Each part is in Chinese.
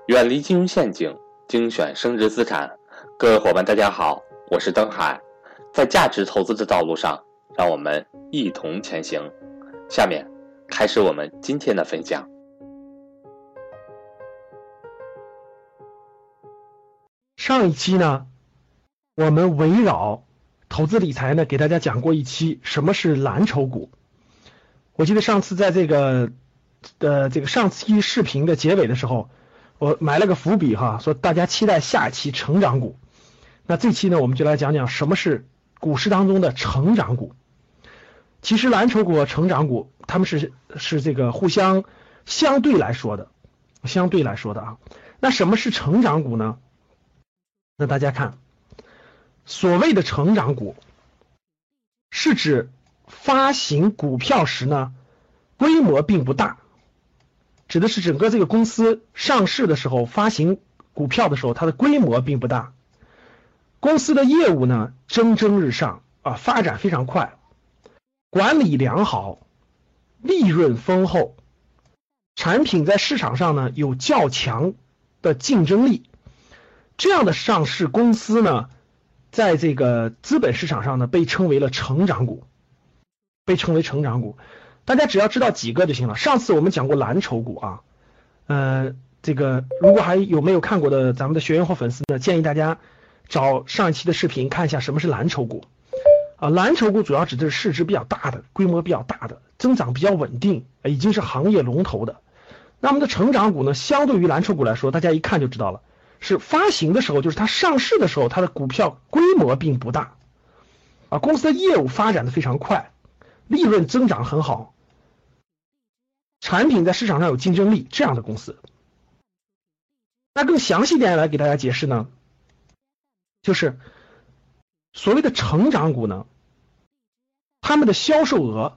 远离金融陷阱，精选升值资产。各位伙伴大家好，我是登海。在价值投资的道路上，让我们一同前行。下面开始我们今天的分享。 上一期呢，我们围绕投资理财呢，给大家讲过一期什么是蓝筹股。我记得上次在这个上期视频的结尾的时候，我埋了个伏笔哈，说大家期待下一期成长股。那这期呢，我们就来讲讲什么是股市当中的成长股。其实蓝筹股和成长股，他们是这个相对来说的啊。那什么是成长股呢？那大家看，所谓的成长股是指发行股票时呢，规模并不大，指的是整个这个公司上市的时候发行股票的时候，它的规模并不大，公司的业务呢蒸蒸日上啊，发展非常快，管理良好，利润丰厚，产品在市场上呢有较强的竞争力。这样的上市公司呢，在这个资本市场上呢，被称为了成长股，大家只要知道几个就行了。上次我们讲过蓝筹股啊，这个如果还有没有看过的咱们的学员或粉丝呢，建议大家找上一期的视频看一下什么是蓝筹股啊。蓝筹股主要指的是市值比较大的、规模比较大的、增长比较稳定，已经是行业龙头的。那么的成长股呢，相对于蓝筹股来说，大家一看就知道了。是发行的时候，就是它上市的时候，它的股票规模并不大啊，公司的业务发展的非常快，利润增长很好，产品在市场上有竞争力，这样的公司。那更详细点来给大家解释呢，就是所谓的成长股呢，他们的销售额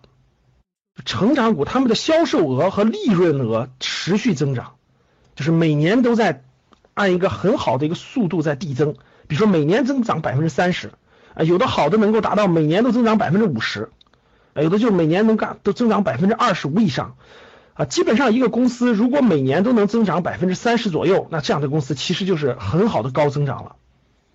和利润额持续增长，就是每年都在按一个很好的一个速度在递增，比如说每年增长 30%， 有的好的能够达到每年都增长 50%， 有的就每年都增长 25% 以上啊。基本上一个公司如果每年都能增长 30% 左右，那这样的公司其实就是很好的高增长了。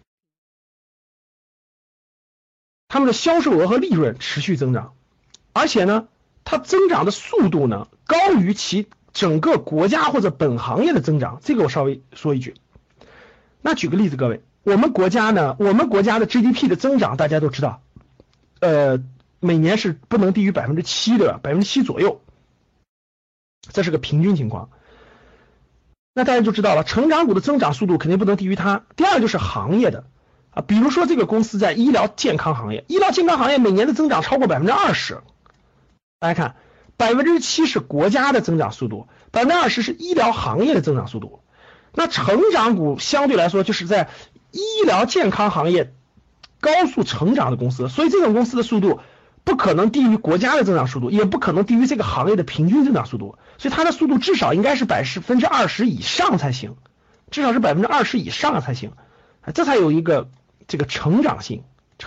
他们的销售额和利润持续增长，而且呢，它增长的速度呢高于其整个国家或者本行业的增长，这个我稍微说一句。那举个例子，各位，我们国家的 GDP 的增长大家都知道，每年是不能低于 7%的，7%左右，这是个平均情况。那大家就知道了，成长股的增长速度肯定不能低于它。第二个就是行业的啊，比如说这个公司在医疗健康行业每年的增长超过 20%， 大家看7%是国家的增长速度， 20% 是医疗行业的增长速度。那成长股相对来说就是在医疗健康行业高速成长的公司，所以这种公司的速度不可能低于国家的增长速度，也不可能低于这个行业的平均增长速度，所以它的速度至少应该是 20% 以上才行，这才有一个这个成长性，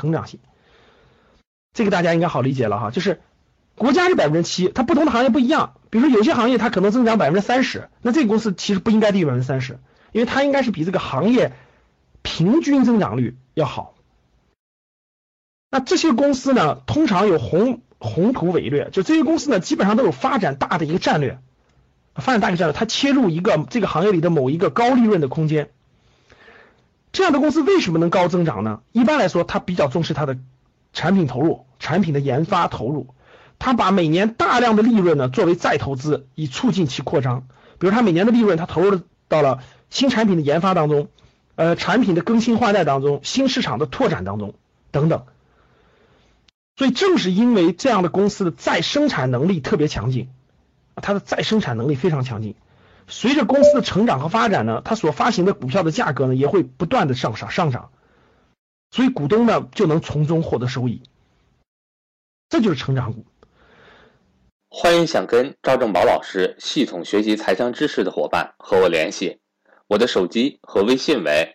这个大家应该好理解了哈，就是国家是 7%， 它不同的行业不一样，比如说有些行业它可能增长 30%， 那这个公司其实不应该低于 30%， 因为它应该是比这个行业平均增长率要好。那这些公司呢，通常有宏图伟略，就这些公司呢基本上都有发展大的一个战略，它切入一个这个行业里的某一个高利润的空间。这样的公司为什么能高增长呢？一般来说，它比较重视它的产品投入，产品的研发投入，他把每年大量的利润呢作为再投资，以促进其扩张。比如他每年的利润他投入到了新产品的研发当中，产品的更新换代当中，新市场的拓展当中等等。所以正是因为这样的公司的再生产能力特别强劲，它的再生产能力非常强劲，随着公司的成长和发展呢，它所发行的股票的价格呢也会不断的上涨，所以股东呢就能从中获得收益，这就是成长股。 欢迎想跟赵正宝老师系统学习财商知识的伙伴和我联系，我的手机和微信为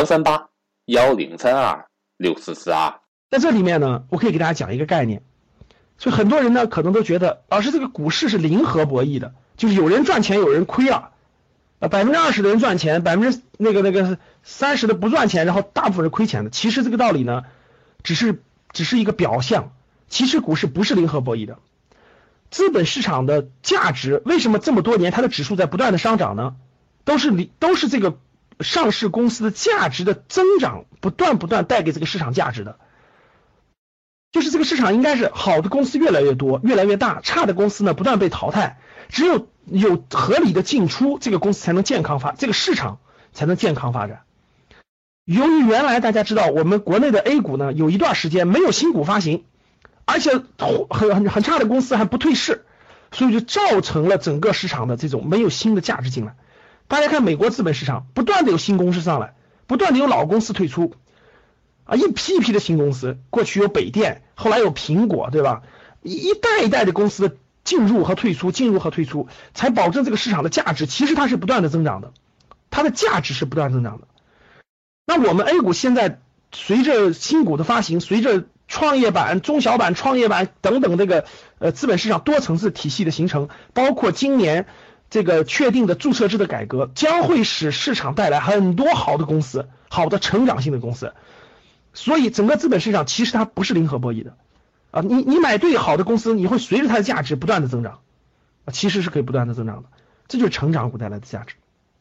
13810326442。 在这里面呢，我可以给大家讲一个概念，所以很多人呢可能都觉得老师这个股市是零和博弈的，就是有人赚钱有人亏了 20%的人赚钱，30%的不赚钱，然后大部分是亏钱的。其实这个道理呢，只是一个表象，其实股市不是零和博弈的。资本市场的价值为什么这么多年它的指数在不断的上涨呢？都是这个上市公司的价值的增长不断带给这个市场价值的。就是这个市场应该是好的公司越来越多，越来越大，差的公司呢不断被淘汰。只有合理的进出，这个公司才能健康这个市场才能健康发展。由于原来大家知道我们国内的 A 股呢有一段时间没有新股发行，而且很差的公司还不退市，所以就造成了整个市场的这种没有新的价值进来。大家看美国资本市场不断的有新公司上来，不断的有老公司退出一批一批的新公司，过去有北电，后来有苹果，对吧？一代一代的公司的进入和退出，才保证这个市场的价值其实它是不断的增长的，它的价值是不断增长的。那我们 A 股现在随着新股的发行，随着创业板、中小板、创业板等等这个资本市场多层次体系的形成，包括今年这个确定的注册制的改革，将会使市场带来很多好的公司，好的成长性的公司。所以整个资本市场其实它不是零和博弈的你买对好的公司，你会随着它的价值不断的增长其实是可以不断的增长的，这就是成长股带来的价值。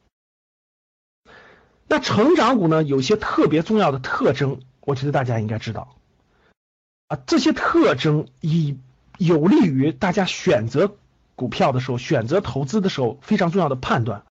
那成长股呢，有些特别重要的特征，我觉得大家应该知道这些特征有利于大家选择股票的时候，选择投资的时候非常重要的判断。